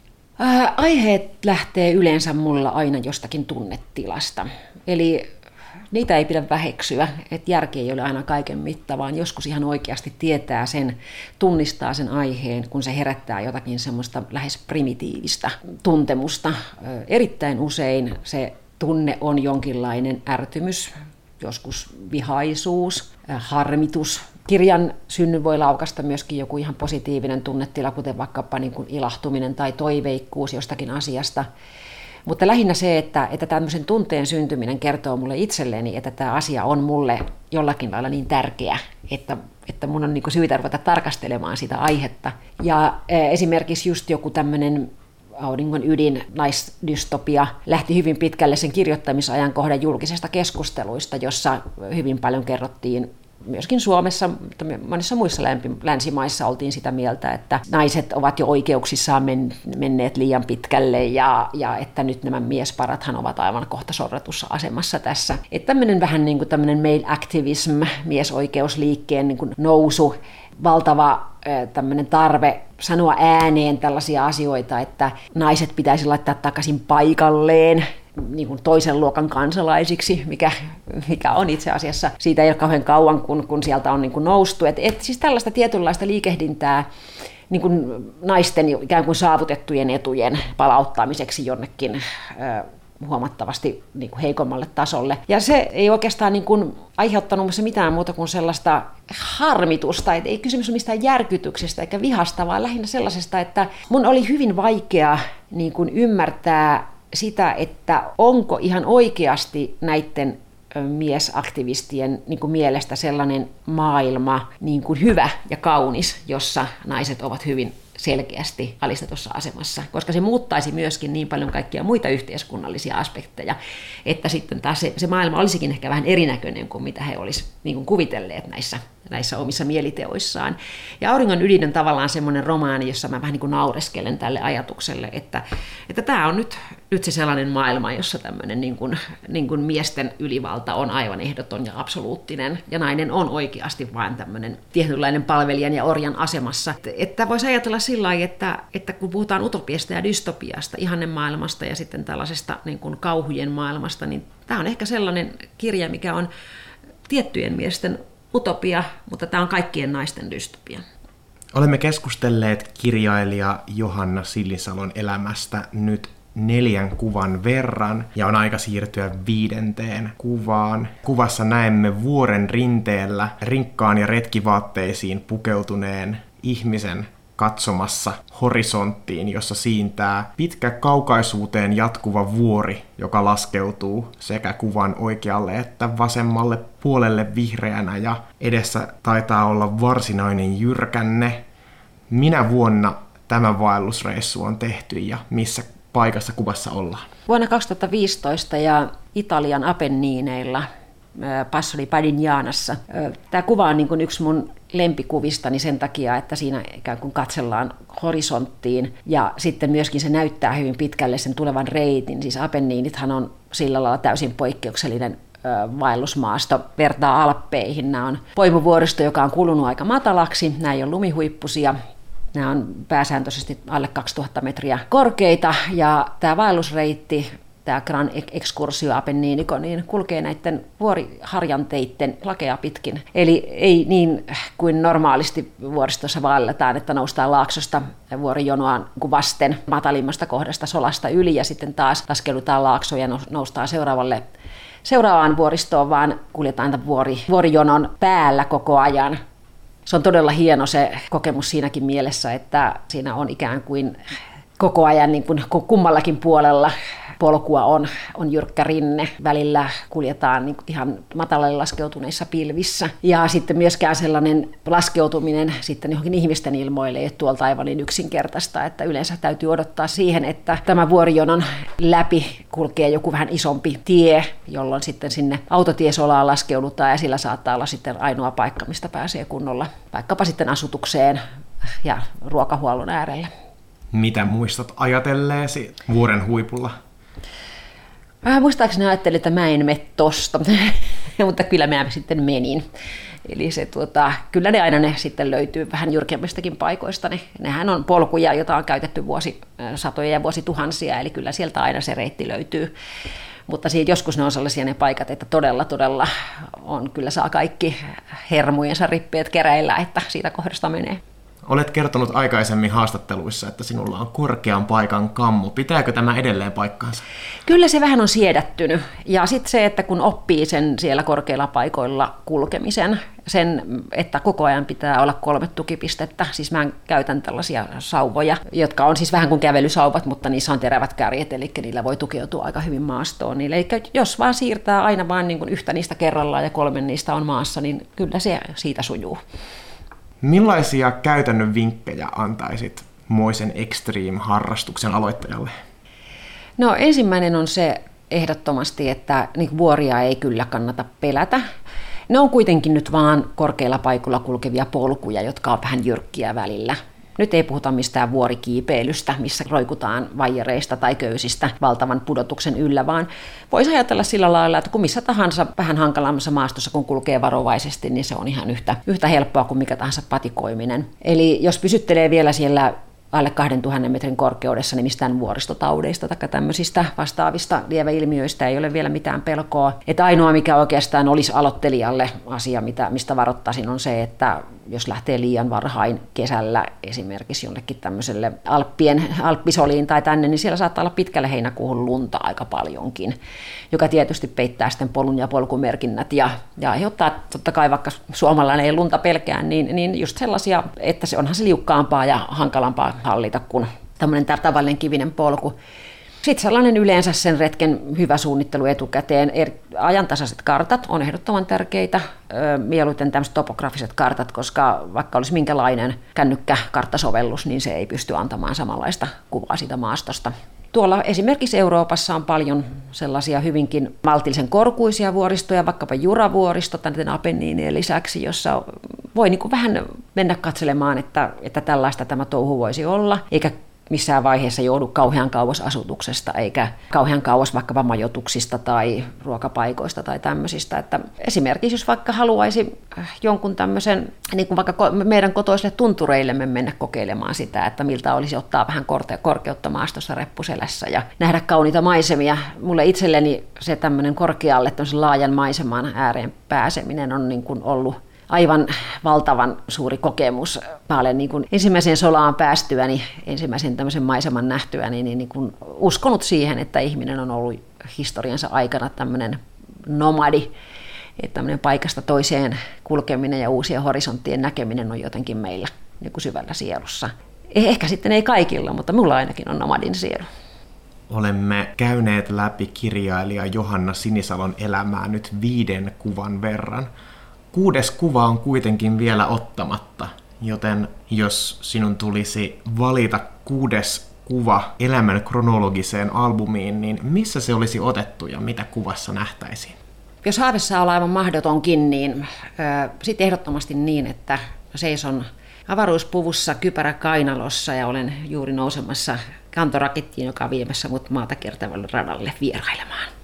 B: Ää, aiheet lähtee yleensä mulla aina jostakin tunnetilasta. Eli niitä ei pidä väheksyä, että järki ei ole aina kaiken mitta, vaan joskus ihan oikeasti tietää sen, tunnistaa sen aiheen, kun se herättää jotakin semmoista lähes primitiivistä tuntemusta. Erittäin usein se tunne on jonkinlainen ärtymys, joskus vihaisuus, harmitus. Kirjan synnyn voi laukaista myöskin joku ihan positiivinen tunnetila, kuten vaikkapa niin kuin ilahtuminen tai toiveikkuus jostakin asiasta. Mutta lähinnä se, että, että tämmöisen tunteen syntyminen kertoo mulle itselleni, että tämä asia on mulle jollakin lailla niin tärkeä, että, että mun on niin kuin syytä ruveta tarkastelemaan sitä aihetta. Ja esimerkiksi just joku tämmöinen Auringon ydin, naisdystopia lähti hyvin pitkälle sen kirjoittamisajankohdan julkisesta keskusteluista, jossa hyvin paljon kerrottiin myöskin Suomessa, mutta monissa muissa länsimaissa oltiin sitä mieltä, että naiset ovat jo oikeuksissaan menneet liian pitkälle ja, ja että nyt nämä miesparathan ovat aivan kohta sorretussa asemassa tässä. Että tämmöinen vähän niin kuin tämmöinen male activism, miesoikeusliikkeen niin kuin nousu, valtava tämmöinen tarve sanoa ääneen tällaisia asioita, että naiset pitäisi laittaa takaisin paikalleen, niin kuin toisen luokan kansalaisiksi, mikä, mikä on itse asiassa. Siitä ei ole kauhean kauan, kun, kun sieltä on niin kuin noustu. Et, et siis tällaista tietynlaista liikehdintää niin kuin naisten ikään kuin saavutettujen etujen palauttamiseksi jonnekin ö, huomattavasti niin kuin heikommalle tasolle. Ja se ei oikeastaan niin kuin aiheuttanut mitään muuta kuin sellaista harmitusta, että ei kysymys ole mistään järkytyksestä eikä vihasta, vaan lähinnä sellaisesta, että mun oli hyvin vaikea niin kuin ymmärtää sitä, että onko ihan oikeasti näiden miesaktivistien niin kuin mielestä sellainen maailma niin kuin hyvä ja kaunis, jossa naiset ovat hyvin selkeästi alistetussa asemassa, koska se muuttaisi myöskin niin paljon kaikkia muita yhteiskunnallisia aspekteja, että sitten taas se, se maailma olisikin ehkä vähän erinäköinen kuin mitä he olisivat niin kuin kuvitelleet näissä, näissä omissa mieliteoissaan. Ja Auringon ydin on tavallaan semmoinen romaani, jossa mä vähän niin kuin naureskelen tälle ajatukselle, että, että tämä on nyt, nyt se sellainen maailma, jossa tämmöinen niin kuin, niin kuin miesten ylivalta on aivan ehdoton ja absoluuttinen, ja nainen on oikeasti vain tämmöinen tietynlainen palvelijan ja orjan asemassa. Että, että voisi ajatella sillä lailla, että, että kun puhutaan utopiasta ja dystopiasta, ihannemaailmasta ja sitten tällaisesta niin kuin kauhujen maailmasta, niin tämä on ehkä sellainen kirja, mikä on tiettyjen miesten utopia, mutta tämä on kaikkien naisten dystopia.
C: Olemme keskustelleet kirjailija Johanna Sillisalon elämästä nyt neljän kuvan verran, ja on aika siirtyä viidenteen kuvaan. Kuvassa näemme vuoren rinteellä rinkkaan ja retkivaatteisiin pukeutuneen ihmisen katsomassa horisonttiin, jossa siintää pitkä kaukaisuuteen jatkuva vuori, joka laskeutuu sekä kuvan oikealle että vasemmalle puolelle vihreänä, ja edessä taitaa olla varsinainen jyrkänne. Minä vuonna tämä vaellusreissu on tehty ja missä paikassa kuvassa ollaan?
B: Vuonna kaksituhattaviisitoista ja Italian Apenniineilla, Passo di Padignanassa. Tämä kuva on niin kuin yksi mun lempikuvistani sen takia, että siinä ikään kuin katsellaan horisonttiin ja sitten myöskin se näyttää hyvin pitkälle sen tulevan reitin. Siis Apenniinithan on sillä lailla täysin poikkeuksellinen vaellusmaasto, vertaa Alppeihin. Nämä on poimuvuoristo, joka on kulunut aika matalaksi. Nämä ei ole lumihuippusia. Nämä on pääsääntöisesti alle kaksituhatta metriä korkeita ja tämä vaellusreitti, tämä Gran Excursio Appenninico, niin kulkee näiden vuoriharjanteiden lakea pitkin. Eli ei niin kuin normaalisti vuoristossa vaelletaan, että noustaan laaksosta vuorijonoa vasten matalimmasta kohdasta solasta yli ja sitten taas laskeudutaan laaksoon ja noustaan seuraavalle seuraavaan vuoristoon, vaan kuljetaan vuori, vuorijonon päällä koko ajan. Se on todella hieno se kokemus siinäkin mielessä, että siinä on ikään kuin koko ajan niin kuin kummallakin puolella polkua on, on jyrkkä rinne. Välillä kuljetaan niin ihan matalalle laskeutuneissa pilvissä. Ja sitten myöskään sellainen laskeutuminen sitten johonkin ihmisten ilmoille ei ole tuolta aivan niin yksinkertaista, että yleensä täytyy odottaa siihen, että tämä vuorijonon läpi kulkee joku vähän isompi tie, jolloin sitten sinne autotiesolaan laskeudutaan ja sillä saattaa olla sitten ainoa paikka, mistä pääsee kunnolla vaikkapa sitten asutukseen ja ruokahuollon äärelle.
C: Mitä muistat ajatelleesi vuoren huipulla?
B: Mä muistaakseni ajattelin, että mä en mene tosta, mutta kyllä mä sitten menin. Eli se, tuota, kyllä ne aina ne sitten löytyy vähän jyrkemmistäkin paikoista. Ne, nehän on polkuja, joita on käytetty vuosisatoja ja vuosituhansia, eli kyllä sieltä aina se reitti löytyy. Mutta siitä joskus ne on sellaisia ne paikat, että todella, todella on, kyllä saa kaikki hermojensa rippeet keräillä, että siitä kohdasta menee.
C: Olet kertonut aikaisemmin haastatteluissa, että sinulla on korkean paikan kammo. Pitääkö tämä edelleen paikkaansa?
B: Kyllä se vähän on siedättynyt. Ja sitten se, että kun oppii sen siellä korkeilla paikoilla kulkemisen, sen, että koko ajan pitää olla kolme tukipistettä. Siis mä käytän tällaisia sauvoja, jotka on siis vähän kuin kävelysauvat, mutta niissä on terävät kärjet, eli niillä voi tukeutua aika hyvin maastoon. Eli jos vaan siirtää aina vain niin kuin yhtä niistä kerrallaan ja kolme niistä on maassa, niin kyllä se siitä sujuu.
C: Millaisia käytännön vinkkejä antaisit moisen extreme-harrastuksen aloittajalle?
B: No ensimmäinen on se ehdottomasti, että niin vuoria ei kyllä kannata pelätä. Ne on kuitenkin nyt vaan korkeilla paikoilla kulkevia polkuja, jotka on vähän jyrkkiä välillä. Nyt ei puhuta mistään vuorikiipeilystä, missä roikutaan vaijereista tai köysistä valtavan pudotuksen yllä, vaan voisi ajatella sillä lailla, että kun missä tahansa vähän hankalammassa maastossa, kun kulkee varovaisesti, niin se on ihan yhtä, yhtä helppoa kuin mikä tahansa patikoiminen. Eli jos pysyttelee vielä siellä alle kahdentuhannen metrin korkeudessa, niin mistään vuoristotaudeista tai tämmöisistä vastaavista lieveilmiöistä ei ole vielä mitään pelkoa. Että ainoa, mikä oikeastaan olisi aloittelijalle asia, mitä, mistä varoittaisin, on se, että jos lähtee liian varhain kesällä esimerkiksi jonnekin tämmöiselle Alppien, Alppisoliin tai tänne, niin siellä saattaa olla pitkälle heinäkuuhun lunta aika paljonkin, joka tietysti peittää sitten polun ja polkumerkinnät ja, ja aiheuttaa totta kai, vaikka suomalainen ei lunta pelkää, niin, niin just sellaisia, että se onhan se liukkaampaa ja hankalampaa hallita kuin tämmöinen tavallinen kivinen polku. Sitten sellainen yleensä sen retken hyvä suunnittelu etukäteen. Ajantasaiset kartat on ehdottoman tärkeitä, mieluiten tämmöiset topografiset kartat, koska vaikka olisi minkälainen kännykkäkarttasovellus, niin se ei pysty antamaan samanlaista kuvaa siitä maastosta. Tuolla esimerkiksi Euroopassa on paljon sellaisia hyvinkin maltillisen korkuisia vuoristoja, vaikkapa Juravuoristo näiden Apenniinien lisäksi, jossa voi niin kuin vähän mennä katselemaan, että, että tällaista tämä touhu voisi olla, eikä missään vaiheessa joudu kauhean kauas asutuksesta, eikä kauhean kauas vaikkapa majoituksista tai ruokapaikoista tai tämmöisistä. Että esimerkiksi jos vaikka haluaisi jonkun tämmöisen, niin kuin vaikka meidän kotoisille tuntureillemme mennä kokeilemaan sitä, että miltä olisi ottaa vähän korte- korkeutta maastossa reppuselässä ja nähdä kauniita maisemia. Mulle itselleni se tämmöinen korkealle tämmöisen laajan maiseman ääreen pääseminen on niin kuin ollut aivan valtavan suuri kokemus. Mä olen niin kuin ensimmäiseen solaan päästyäni, ensimmäisen tämmöisen maiseman nähtyäni, niin, niin kuin uskonut siihen, että ihminen on ollut historiansa aikana tämmöinen nomadi, että tämmöinen paikasta toiseen kulkeminen ja uusien horisonttien näkeminen on jotenkin meillä niin kuin syvällä sielussa. Ehkä sitten ei kaikilla, mutta mulla ainakin on nomadin sielu.
C: Olemme käyneet läpi kirjailija Johanna Sinisalon elämää nyt viiden kuvan verran. Kuudes kuva on kuitenkin vielä ottamatta, joten jos sinun tulisi valita kuudes kuva elämän kronologiseen albumiin, niin missä se olisi otettu ja mitä kuvassa nähtäisiin?
B: Jos haavessa on aivan mahdotonkin, niin sitten ehdottomasti niin, että seison avaruuspuvussa kypärä kainalossa ja olen juuri nousemassa kantorakettiin, joka on viemässä mut maata kiertävälle radalle vierailemaan.